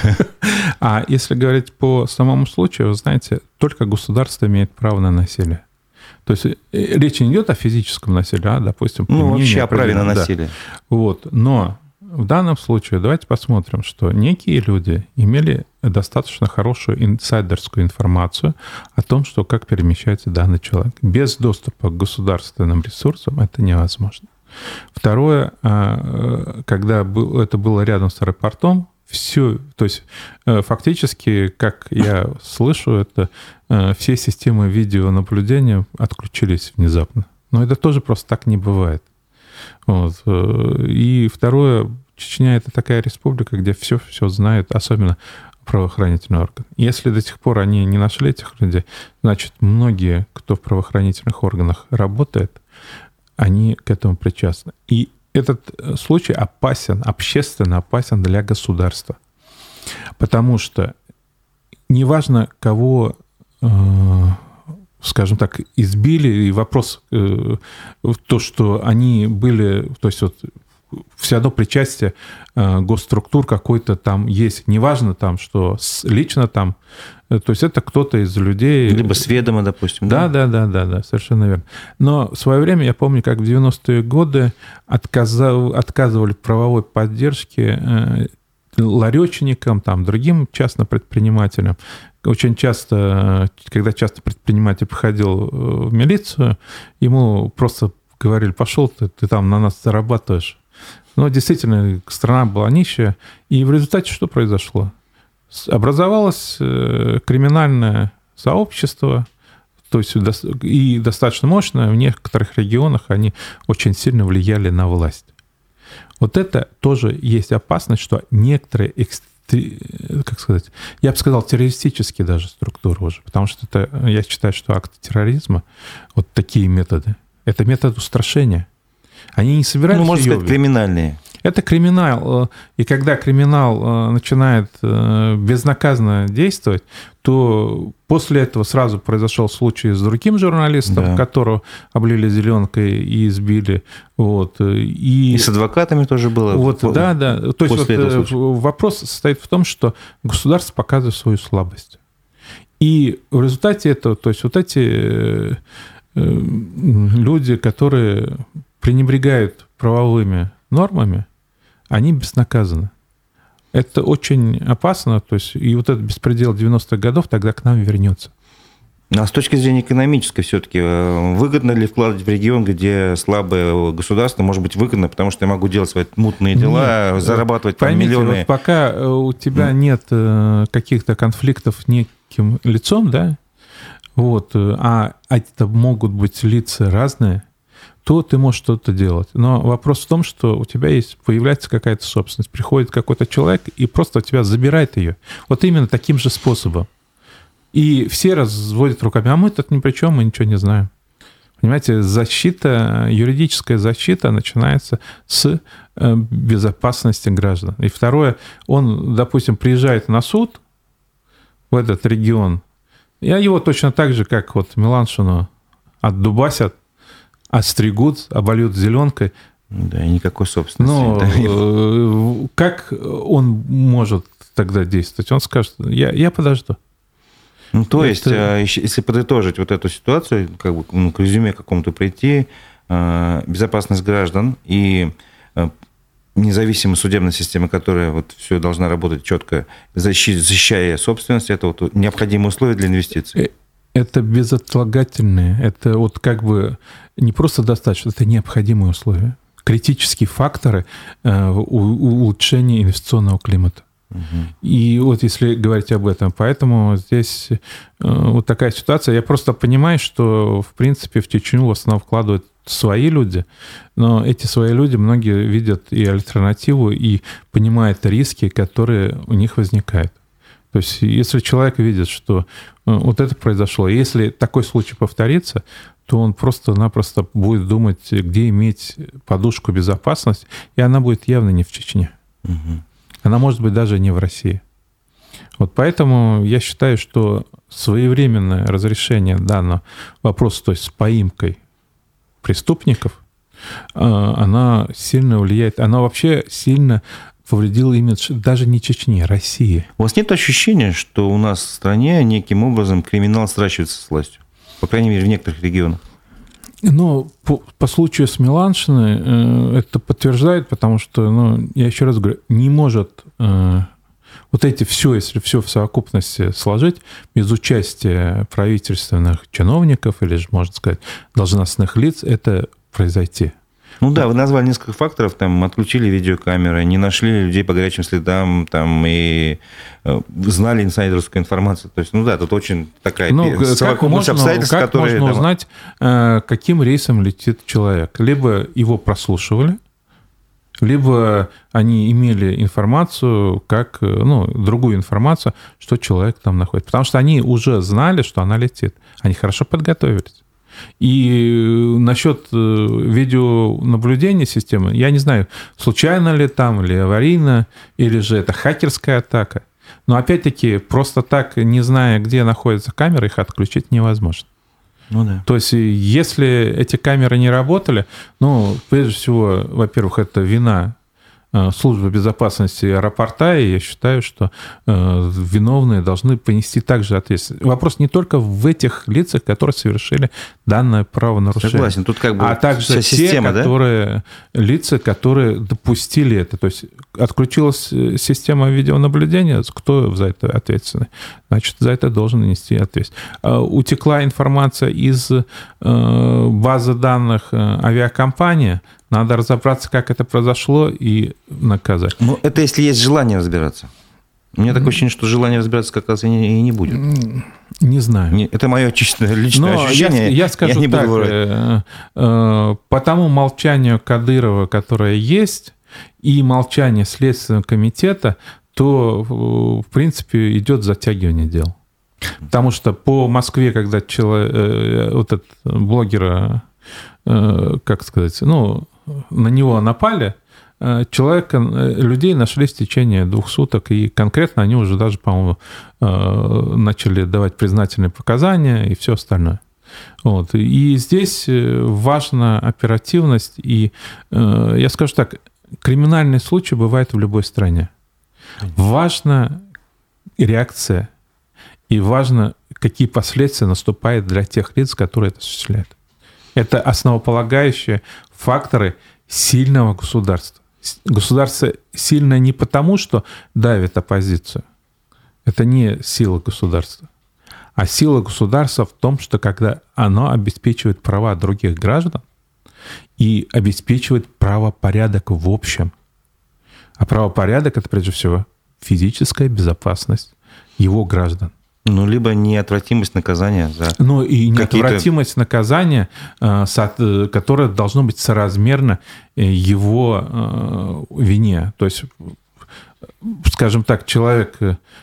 А если говорить по самому случаю, вы знаете, только государство имеет право на насилие. То есть речь не идет о физическом насилии, а, допустим, ну, вообще о праве на насилие. Да. Вот. Но в данном случае давайте посмотрим, что некие люди имели достаточно хорошую инсайдерскую информацию о том, что как перемещается данный человек. Без доступа к государственным ресурсам это невозможно. Второе, когда это было рядом с аэропортом, все, то есть фактически, как я слышу, это все системы видеонаблюдения отключились внезапно. Но это тоже просто так не бывает. Вот. И второе, Чечня — это такая республика, где все, все знают, особенно правоохранительные органы. Если до сих пор они не нашли этих людей, значит, многие, кто в правоохранительных органах работает, они к этому причастны. И этот случай опасен, общественно опасен для государства. Потому что неважно, кого, скажем так, избили, и вопрос в то, что они были, то есть вот все равно причастие госструктур какой-то там есть. Неважно там, что лично там, то есть это кто-то из людей... Либо с ведома, допустим. Да, да, да, да, да, совершенно верно. Но в свое время, я помню, как в девяностые годы отказав, отказывали в правовой поддержке ларечникам, там, другим частным предпринимателям. Очень часто, когда часто предприниматель приходил в милицию, ему просто говорили: пошел ты, ты там на нас зарабатываешь. Но действительно, страна была нищая. И в результате что произошло? Образовалось криминальное сообщество, то есть и достаточно мощное. В некоторых регионах они очень сильно влияли на власть. Вот это тоже есть опасность, что некоторые, как сказать, я бы сказал, террористические даже структуры уже, потому что это, я считаю, что акты терроризма, вот такие методы, это метод устрашения. Они не собираются... Ну, можно сказать, криминальные. Это криминал. И когда криминал начинает безнаказанно действовать, то после этого сразу произошел случай с другим журналистом, да. которого облили зеленкой и избили. Вот. И... и с адвокатами тоже было. Вот, да, да. То есть вот вопрос состоит в том, что государство показывает свою слабость. И в результате этого, то есть вот эти люди, которые пренебрегают правовыми нормами, они безнаказаны. Это очень опасно, то есть и вот этот беспредел девяностых годов тогда к нам вернется. А с точки зрения экономической все-таки, выгодно ли вкладывать в регион, где слабое государство, может быть, выгодно, потому что я могу делать свои мутные дела, нет, зарабатывать поймите, миллионы. Вот пока у тебя нет каких-то конфликтов неким лицом, да, вот, а это могут быть лица разные, то ты можешь что-то делать. Но вопрос в том, что у тебя есть, появляется какая-то собственность, приходит какой-то человек и просто у тебя забирает ее. Вот именно таким же способом. И все разводят руками, а мы тут ни при чем, мы ничего не знаем. Понимаете, защита, юридическая защита начинается с безопасности граждан. И второе, он, допустим, приезжает на суд в этот регион, и его точно так же, как вот Меланшину отдубасят, остригут, обольют зеленкой. Да, и никакой собственности. Но как он может тогда действовать? Он скажет, я, я подожду. Ну, то Это... есть, если подытожить вот эту ситуацию, как бы ну, к резюме какому-то прийти, безопасность граждан и независимая судебная система, которая вот все должна работать четко, защищая собственность, это вот необходимые условия для инвестиций. Это безотлагательные, это вот как бы не просто достаточно, это необходимые условия, критические факторы улучшения инвестиционного климата. Угу. И вот если говорить об этом, поэтому здесь вот такая ситуация. Я просто понимаю, что в принципе в Чечню в основном вкладывают свои люди, но эти свои люди, многие видят и альтернативу, и понимают риски, которые у них возникают. То есть если человек видит, что вот это произошло, и если такой случай повторится, то он просто-напросто будет думать, где иметь подушку безопасности, и она будет явно не в Чечне. Угу. Она может быть даже не в России. Вот поэтому я считаю, что своевременное разрешение данного вопроса, то есть с поимкой преступников, она сильно влияет, она вообще сильно повредила имидж даже не Чечни, России. У вас нет ощущения, что у нас в стране неким образом криминал сращивается с властью? По крайней мере, в некоторых регионах. Ну, по, по случаю с Меланшиной э, это подтверждает, потому что, ну, я еще раз говорю, не может э, вот эти все, если все в совокупности сложить, без участия правительственных чиновников или же, можно сказать, должностных лиц, это произойти. Ну да, вы назвали несколько факторов, там отключили видеокамеры, не нашли людей по горячим следам, там и знали инсайдерскую информацию. То есть, ну да, тут очень такая ну, совокупность обстоятельств, как которые... Как можно узнать, каким рейсом летит человек? Либо его прослушивали, либо они имели информацию, как, ну, другую информацию, что человек там находится. Потому что они уже знали, что она летит. Они хорошо подготовились. И насчет видеонаблюдения системы, я не знаю, случайно ли там, или аварийно, или же это хакерская атака. Но опять-таки, просто так, не зная, где находятся камеры, их отключить невозможно. Ну, да. То есть, если эти камеры не работали, ну, прежде всего, во-первых, это вина службы безопасности аэропорта, и я считаю, что э, виновные должны понести также ответственность. Вопрос не только в этих лицах, которые совершили данное правонарушение. Согласен, тут как бы а также система, те, которые, да? лица, которые допустили это. То есть отключилась система видеонаблюдения, кто за это ответственный? Значит, за это должен нести ответственность. Утекла информация из э, базы данных авиакомпании, надо разобраться, как это произошло, и наказать. Ну, это если есть желание разбираться. У меня такое ощущение, что желания разбираться как раз и не, и не будет. Не знаю. Не, это мое чистое личное Но ощущение. Я, я скажу я не так, буду э, э, по тому молчанию Кадырова, которое есть, и молчание Следственного комитета, то, в принципе, идет затягивание дел. Потому что по Москве, когда человек, э, вот этот блогера, э, как сказать, ну, на него напали, человека, людей нашли в течение двух суток, и конкретно они уже даже, по-моему, начали давать признательные показания и все остальное. Вот. И здесь важна оперативность, и я скажу так, криминальный случай бывает в любой стране. Важна реакция, и важно, какие последствия наступают для тех лиц, которые это осуществляют. Это основополагающие факторы сильного государства. Государство сильное не потому, что давит оппозицию. Это не сила государства. А сила государства в том, что когда оно обеспечивает права других граждан и обеспечивает правопорядок в общем. А правопорядок — это, прежде всего, физическая безопасность его граждан. Ну, либо неотвратимость наказания за Ну, и неотвратимость наказания, которое должно быть соразмерно его вине. То есть, скажем так, человек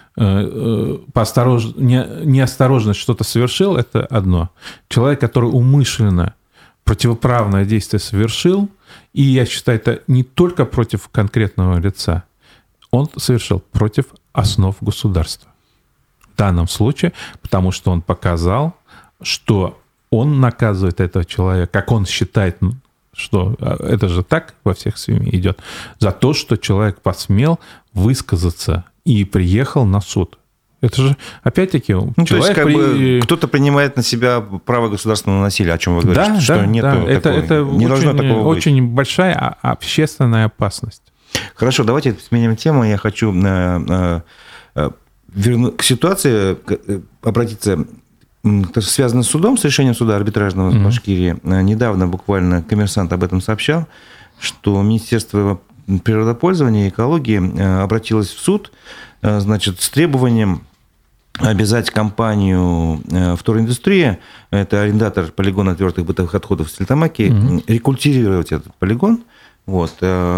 поосторож... неосторожно что-то совершил, это одно. Человек, который умышленно противоправное действие совершил, и я считаю, это не только против конкретного лица, он совершил против основ государства. В данном случае, потому что он показал, что он наказывает этого человека, как он считает, что это же так во всех семьях идет, за то, что человек посмел высказаться и приехал на суд. Это же, опять-таки, ну, человек... То есть, как при... бы, кто-то принимает на себя право государственного насилия, о чем вы говорите, да, что да, нету да. такого, это, это не очень, должно такого быть. Очень большая общественная опасность. Хорошо, давайте сменим тему. Я хочу э, э, верну... к ситуации э, обратиться, э, связанной с судом, с решением суда арбитражного mm-hmm. в Башкирии. Недавно буквально «Коммерсант» об этом сообщал, что Министерство природопользования и экологии э, обратилось в суд, э, значит, с требованием обязать компанию «Вториндустрия», это арендатор полигона твердых бытовых отходов в Стерлитамаке, mm-hmm. рекультивировать этот полигон, вот,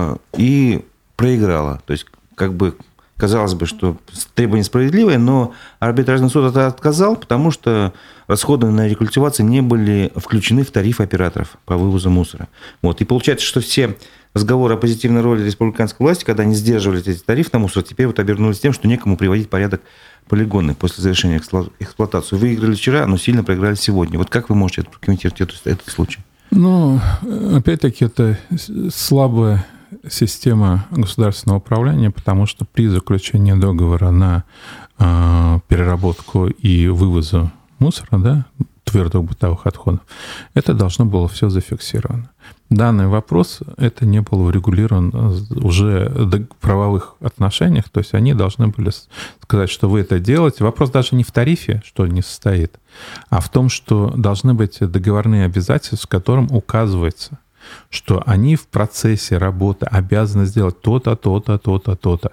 и проиграла. То есть, как бы, казалось бы, что требование справедливое, но арбитражный суд это отказал, потому что расходы на рекультивацию не были включены в тариф операторов по вывозу мусора. Вот. И получается, что все разговоры о позитивной роли республиканской власти, когда они сдерживали эти тарифы на мусор, теперь вот обернулись тем, что некому приводить порядок полигоны после завершения эксплуатации. Выиграли вчера, но сильно проиграли сегодня. Вот как вы можете прокомментировать этот, этот случай? Ну, опять-таки, это слабая система государственного управления, потому что при заключении договора на э, переработку и вывозу мусора, да, твердых бытовых отходов, это должно было все зафиксировано. Данный вопрос, это не было урегулирован уже в правовых отношениях, то есть они должны были сказать, что вы это делаете. Вопрос даже не в тарифе, что не состоит, а в том, что должны быть договорные обязательства, в котором указывается, что они в процессе работы обязаны сделать то-то, то-то, то-то, то-то.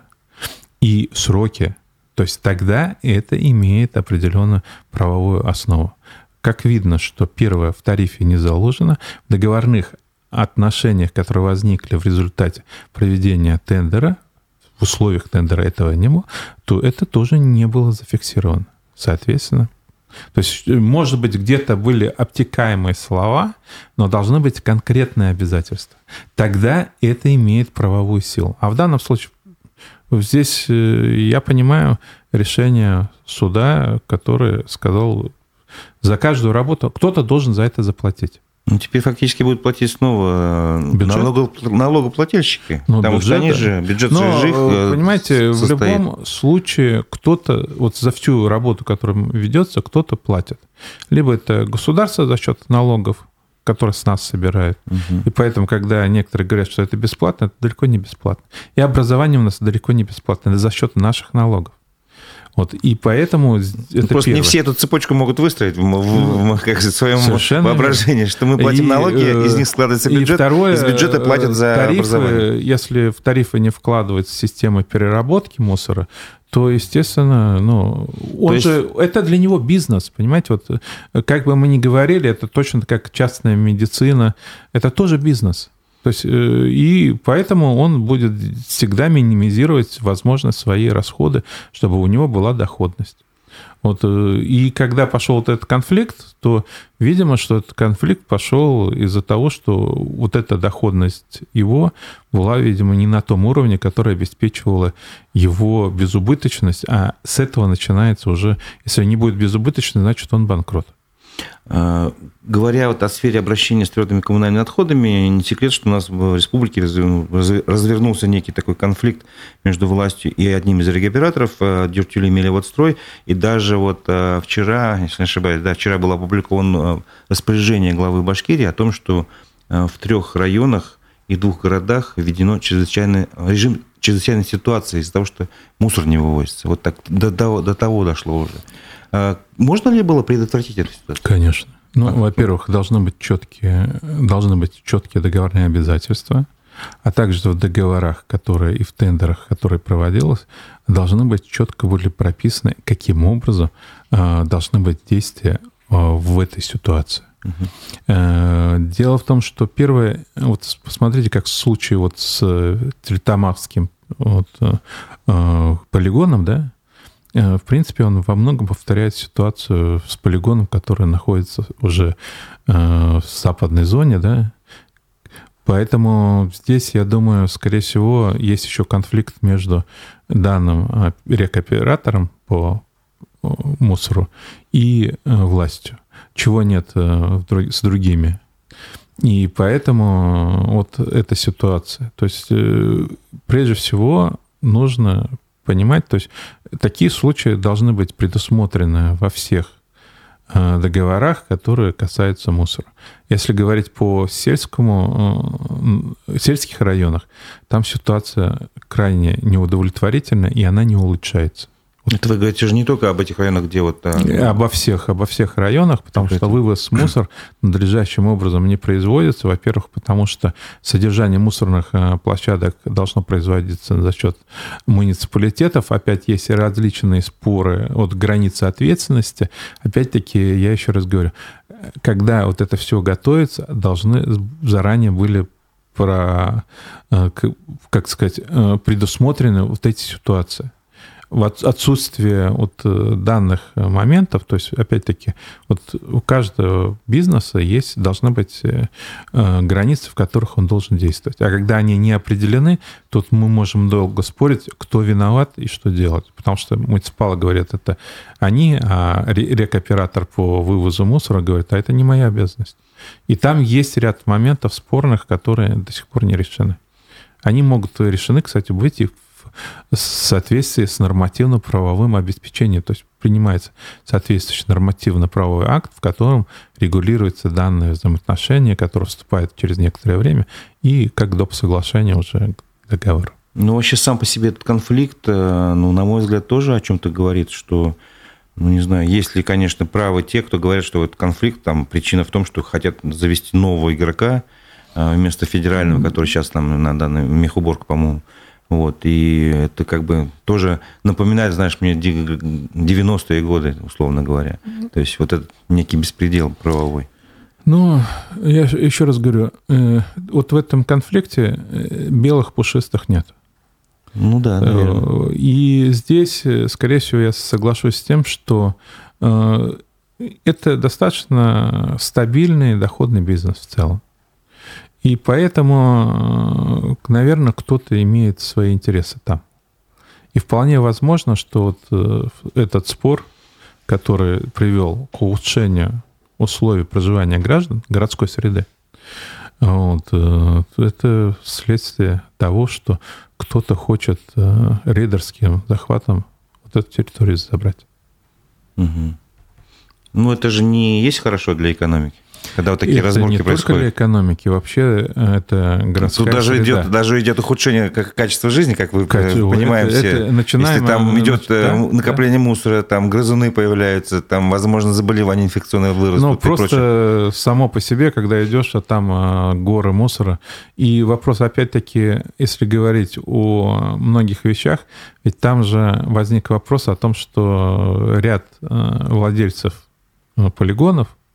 И сроки. То есть тогда это имеет определенную правовую основу. Как видно, что первое в тарифе не заложено, в договорных отношениях, которые возникли в результате проведения тендера, в условиях тендера этого не было, то это тоже не было зафиксировано. Соответственно, то есть, может быть, где-то были обтекаемые слова, но должны быть конкретные обязательства. Тогда это имеет правовую силу. А в данном случае здесь я понимаю решение суда, который сказал, за каждую работу кто-то должен за это заплатить. Ну, теперь фактически будут платить снова налогов, налогоплательщики, ну, потому бюджета. Что они же, бюджет Но, же их понимаете, состоит. В любом случае кто-то, вот за всю работу, которая ведется, кто-то платит. Либо это государство за счет налогов, которые с нас собирает. Угу. И поэтому, когда некоторые говорят, что это бесплатно, это далеко не бесплатно. И образование у нас далеко не бесплатно, это за счет наших налогов. Вот, и поэтому это просто первое. Не все эту цепочку могут выстроить в, в, в, как, в своем Совершенно воображении, что мы платим и, налоги, из них складывается бюджет, и второе, из бюджета платят за тарифы, образование. Если в тарифы не вкладывается система переработки мусора, то, естественно, ну, он то же, есть... это для него бизнес, понимаете? Вот, как бы мы ни говорили, это точно как частная медицина, это тоже бизнес. То есть, и поэтому он будет всегда минимизировать, возможно, свои расходы, чтобы у него была доходность. Вот, и когда пошел вот этот конфликт, то, видимо, что этот конфликт пошел из-за того, что вот эта доходность его была, видимо, не на том уровне, который обеспечивала его безубыточность, а с этого начинается уже, если не будет безубыточности, значит, он банкрот. Говоря вот о сфере обращения с твердыми коммунальными отходами, не секрет, что у нас в республике развернулся некий такой конфликт между властью и одним из регоператоров, Дюртюли Мелиеводстрой. И даже вот вчера, если не ошибаюсь, да, вчера было опубликовано распоряжение главы Башкирии о том, что в трех районах и двух городах введено чрезвычайный режим чрезвычайной ситуации из-за того, что мусор не вывозится. Вот так до, до, до того дошло уже. Можно ли было предотвратить эту ситуацию? Конечно. Ну, а, во-первых, должны быть четкие, должны быть четкие договорные обязательства, а также в договорах, которые и в тендерах, которые проводились, должны быть четко были прописаны, каким образом э, должны быть действия э, в этой ситуации. Угу. Э, дело в том, что первое, вот посмотрите, как в случае вот с Тельтамакским вот, э, полигоном, да, в принципе, он во многом повторяет ситуацию с полигоном, который находится уже в западной зоне, да. Поэтому здесь, я думаю, скорее всего, есть еще конфликт между данным рекоператором по мусору и властью, чего нет с другими. И поэтому вот эта ситуация. То есть, прежде всего, нужно понимать, то есть такие случаи должны быть предусмотрены во всех договорах, которые касаются мусора. Если говорить по сельскому, сельских районах, там ситуация крайне неудовлетворительна, и она не улучшается. Это вы говорите же не только об этих районах, где вот... Обо всех, обо всех районах, потому что вывоз мусора надлежащим образом не производится. Во-первых, потому что содержание мусорных площадок должно производиться за счет муниципалитетов. Опять есть различные споры от границы ответственности. Опять-таки, я еще раз говорю, когда вот это все готовится, должны заранее были про, как сказать, предусмотрены вот эти ситуации. В отсутствие вот данных моментов, то есть, опять-таки, вот у каждого бизнеса есть, должны быть границы, в которых он должен действовать. А когда они не определены, тут мы можем долго спорить, кто виноват и что делать. Потому что муниципалы говорят, это они, а рекоператор по вывозу мусора говорит, а это не моя обязанность. И там есть ряд моментов спорных, которые до сих пор не решены. Они могут решены, кстати, быть и в соответствии с нормативно-правовым обеспечением. То есть принимается соответствующий нормативно-правовой акт, в котором регулируются данные взаимоотношения, которые вступают через некоторое время, и как доп. Соглашение уже к договору. Ну, вообще сам по себе этот конфликт, ну, на мой взгляд, тоже о чем-то говорит, что, ну, не знаю, есть ли, конечно, правы те, кто говорят, что этот конфликт, там, причина в том, что хотят завести нового игрока вместо федерального, который сейчас там на данный мехуборка, по-моему. Вот, и это как бы тоже напоминает, знаешь, мне девяностые годы, условно говоря. Mm-hmm. То есть вот этот некий беспредел правовой. Ну, я еще раз говорю, вот в этом конфликте белых пушистых нет. Ну да, наверное. И здесь, скорее всего, я соглашусь с тем, что это достаточно стабильный доходный бизнес в целом. И поэтому, наверное, кто-то имеет свои интересы там. И вполне возможно, что вот этот спор, который привел к улучшению условий проживания граждан, городской среды, вот, это следствие того, что кто-то хочет рейдерским захватом вот эту территорию забрать. Угу. Ну, это же не есть хорошо для экономики. Когда вот такие это разборки не происходят. Только для экономики, вообще это городская Тут даже среда. идет, даже идет ухудшение качества жизни, как вы Качество, понимаем это, все. Это начинаем, Если там идет да, накопление да. мусора, там грызуны появляются, там, возможно, заболевания инфекционные вырастут. Ну, и просто прочее. Само по себе, когда идешь, а там горы мусора. И вопрос, опять-таки, если говорить о многих вещах, ведь там же возник вопрос о том, что ряд владельцев полигонов,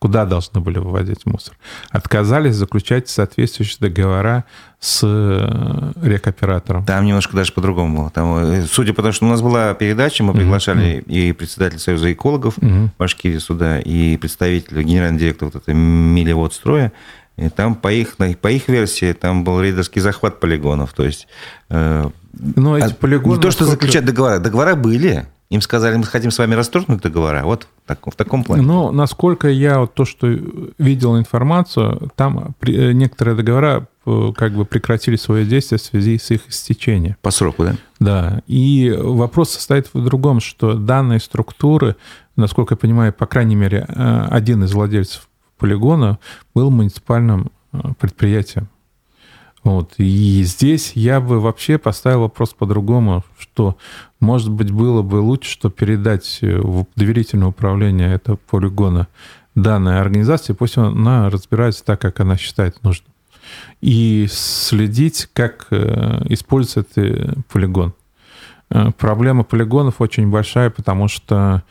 куда должны были выводить мусор, отказались заключать соответствующие договора с рекоператором. Там немножко даже по-другому было. Там, судя по тому, что у нас была передача, мы приглашали uh-huh. и председателя Союза экологов uh-huh. Башкирии сюда, и представителя, генерального директора вот этой Милеводстроя. И там по их, по их версии там был рейдерский захват полигонов. То есть, но эти полигоны... Не то, что заключать договора. Договора были. Им сказали, мы хотим с вами расторгнуть договора. Вот в таком, в таком плане. Но насколько я вот то, что видел информацию, там некоторые договора как бы прекратили свое действие в связи с их истечением. По сроку, да? Да. И вопрос состоит в другом, что данные структуры, насколько я понимаю, по крайней мере, один из владельцев полигона был муниципальным предприятием. Вот. И здесь я бы вообще поставил вопрос по-другому, что, может быть, было бы лучше, что передать в доверительное управление этого полигона данной организации, пусть она разбирается так, как она считает нужным. И следить, как используется этот полигон. Проблема полигонов очень большая, потому что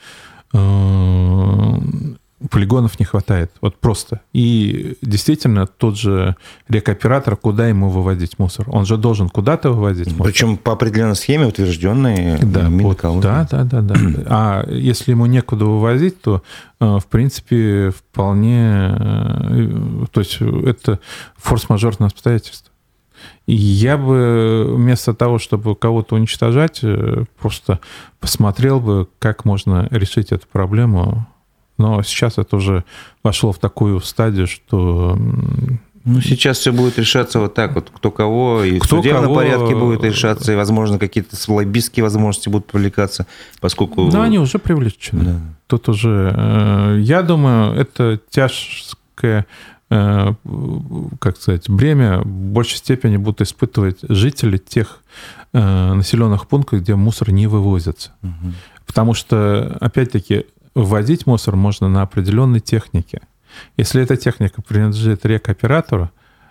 полигонов не хватает. Вот просто. И действительно, тот же рекоператор, куда ему выводить мусор? Он же должен куда-то выводить мусор. Причем по определенной схеме, утвержденной да, вот, да, да, да, да. А если ему некуда вывозить, то, в принципе, вполне... То есть это форс-мажорное обстоятельство. И я бы вместо того, чтобы кого-то уничтожать, просто посмотрел бы, как можно решить эту проблему. Но сейчас это уже вошло в такую стадию, что... Ну, сейчас все будет решаться вот так вот, кто кого, и кто в судебном кого... порядке будет решаться, и, возможно, какие-то лоббистские возможности будут привлекаться, поскольку... Да, они уже привлечены. Да. Тут уже... Я думаю, это тяжкое, как сказать, бремя в большей степени будут испытывать жители тех населенных пунктов, где мусор не вывозится. Угу. Потому что, опять-таки, ввозить мусор можно на определенной технике. Если эта техника принадлежит рекоператору,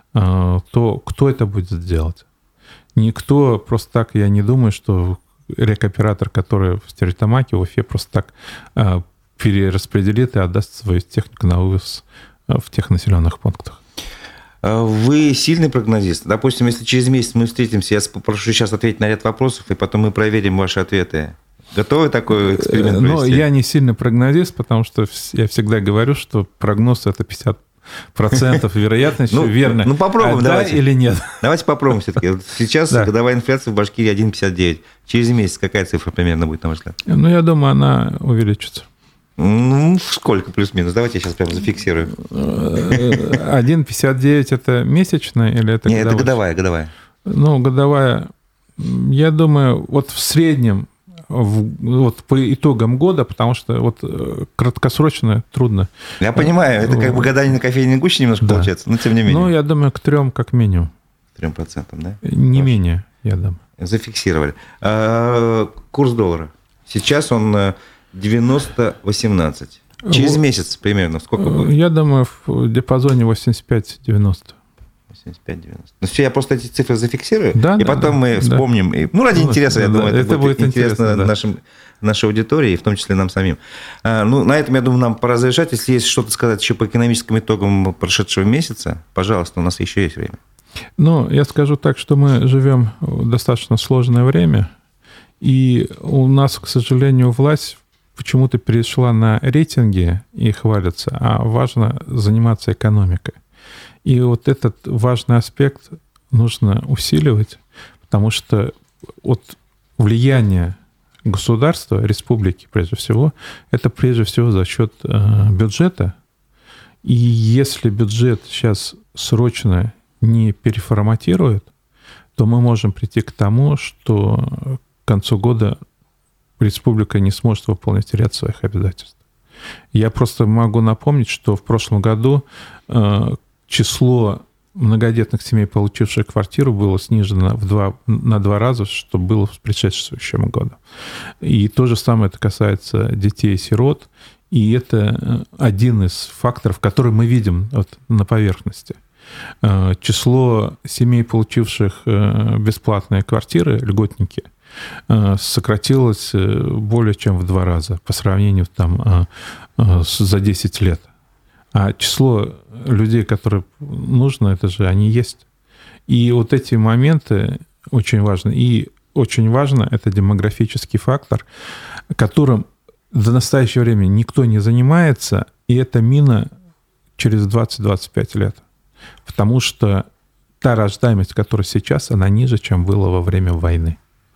то кто это будет делать? Никто просто так, я не думаю, что рекоператор, который в Стерлитамаке, в Уфе, просто так перераспределит и отдаст свою технику на вывоз в тех населенных пунктах. Вы сильный прогнозист. Допустим, если через месяц мы встретимся, я попрошу сейчас ответить на ряд вопросов, и потом мы проверим ваши ответы. Готовы такой эксперимент провести? Ну, я не сильно прогнозист, потому что я всегда говорю, что прогноз – это пятьдесят процентов вероятность, ну, верно. Ну, попробуем, а давайте. Да или нет? Давайте попробуем все-таки. Сейчас да. годовая инфляция в Башкирии один целых пятьдесят девять сотых. Через месяц какая цифра примерно будет, на ваш взгляд? Ну, я думаю, она увеличится. Ну, сколько плюс-минус? Давайте я сейчас прямо зафиксирую. один целых пятьдесят девять сотых – это месячная или это Нет, годовая? это годовая, годовая. Ну, годовая, я думаю, вот в среднем, в, вот по итогам года, потому что вот краткосрочно трудно. Я понимаю, это как бы гадание на кофейной гуще немножко да. получается, но тем не менее. Ну, я думаю, к трем как минимум. Трем процентам, да? Не Хорошо. Менее, я думаю. Зафиксировали. А, курс доллара. Сейчас он девяносто восемнадцать. Через вот. Месяц примерно сколько будет? Я думаю, в диапазоне восемьдесят пять девяносто. восемьдесят пять девяносто. Ну, все, я просто эти цифры зафиксирую, да, и да, потом мы да. вспомним. И, ну, ради ну, интереса, да, я думаю, это, это будет, будет интересно, интересно да. нашим, нашей аудитории, и в том числе нам самим. А, ну, на этом, я думаю, нам пора завершать. Если есть что-то сказать еще по экономическим итогам прошедшего месяца, пожалуйста, у нас еще есть время. Ну, я скажу так, что мы живем в достаточно сложное время, и у нас, к сожалению, власть почему-то перешла на рейтинги и хвалится, а важно заниматься экономикой. И вот этот важный аспект нужно усиливать, потому что от влияния государства, республики прежде всего, это прежде всего за счет бюджета. И если бюджет сейчас срочно не переформатирует, то мы можем прийти к тому, что к концу года республика не сможет выполнять ряд своих обязательств. Я просто могу напомнить, что в прошлом году число многодетных семей, получивших квартиру, было снижено в два, на два раза, что было в предшествующем году. И то же самое это касается детей-сирот. И это один из факторов, который мы видим вот на поверхности. Число семей, получивших бесплатные квартиры, льготники, сократилось более чем в два раза по сравнению там, за десять лет. А число людей, которые нужно, это же они есть. И вот эти моменты очень важны. И очень важно это демографический фактор, которым до настоящего времени никто не занимается, и это мина через двадцать-двадцать пять лет. Потому что та рождаемость, которая сейчас, она ниже, чем была во время войны.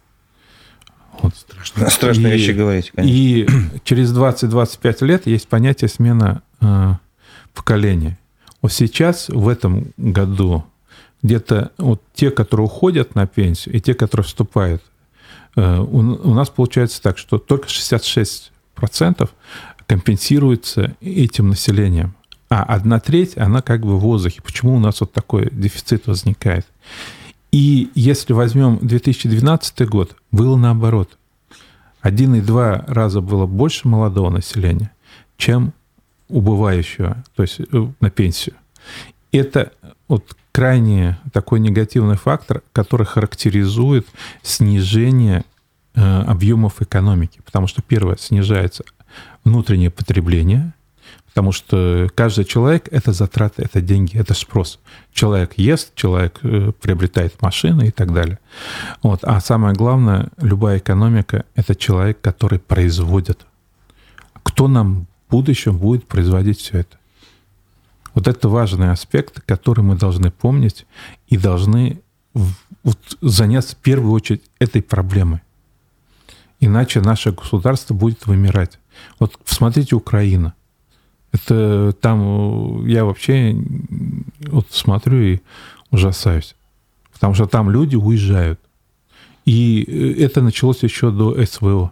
Вот. Страшно, страшные и, вещи говорить, конечно. И через двадцать-двадцать пять лет есть понятие смена э, поколения. Вот сейчас, в этом году, где-то вот те, которые уходят на пенсию, и те, которые вступают, э, у, у нас получается так, что только шестьдесят шесть процентов компенсируется этим населением. А одна треть, она как бы в воздухе. Почему у нас вот такой дефицит возникает? И если возьмем две тысячи двенадцатый год, было наоборот. Один и два раза было больше молодого населения, чем убывающего, то есть на пенсию. Это вот крайне такой негативный фактор, который характеризует снижение э, объемов экономики. Потому что, первое, снижается внутреннее потребление, потому что каждый человек — это затраты, это деньги, это спрос. Человек ест, человек приобретает машины и так далее. Вот. А самое главное, любая экономика — это человек, который производит. Кто нам в будущем будет производить все это? Вот это важный аспект, который мы должны помнить и должны вот заняться в первую очередь этой проблемой. Иначе наше государство будет вымирать. Вот смотрите, Украина. Это там я вообще вот смотрю и ужасаюсь. Потому что там люди уезжают. И это началось еще до СВО.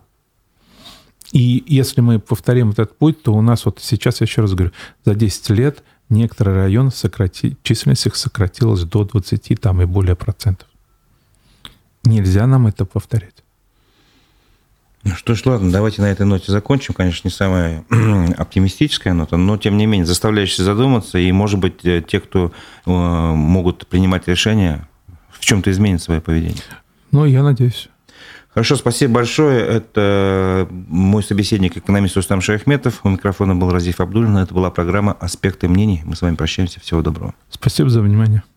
И если мы повторим этот путь, то у нас вот сейчас, я еще раз говорю, за десять лет некоторые районы сократи... численность их сократилась до двадцати там, и более процентов. Нельзя нам это повторять. Ну что ж, ладно, давайте на этой ноте закончим. Конечно, не самая оптимистическая нота, но, тем не менее, заставляющая задуматься. И, может быть, те, кто могут принимать решения, в чем-то изменят свое поведение. Ну, я надеюсь. Хорошо, спасибо большое. Это мой собеседник, экономист Рустам Шаяхметов. У микрофона был Разиф Абдуллин. Это была программа «Аспекты мнений». Мы с вами прощаемся. Всего доброго. Спасибо за внимание.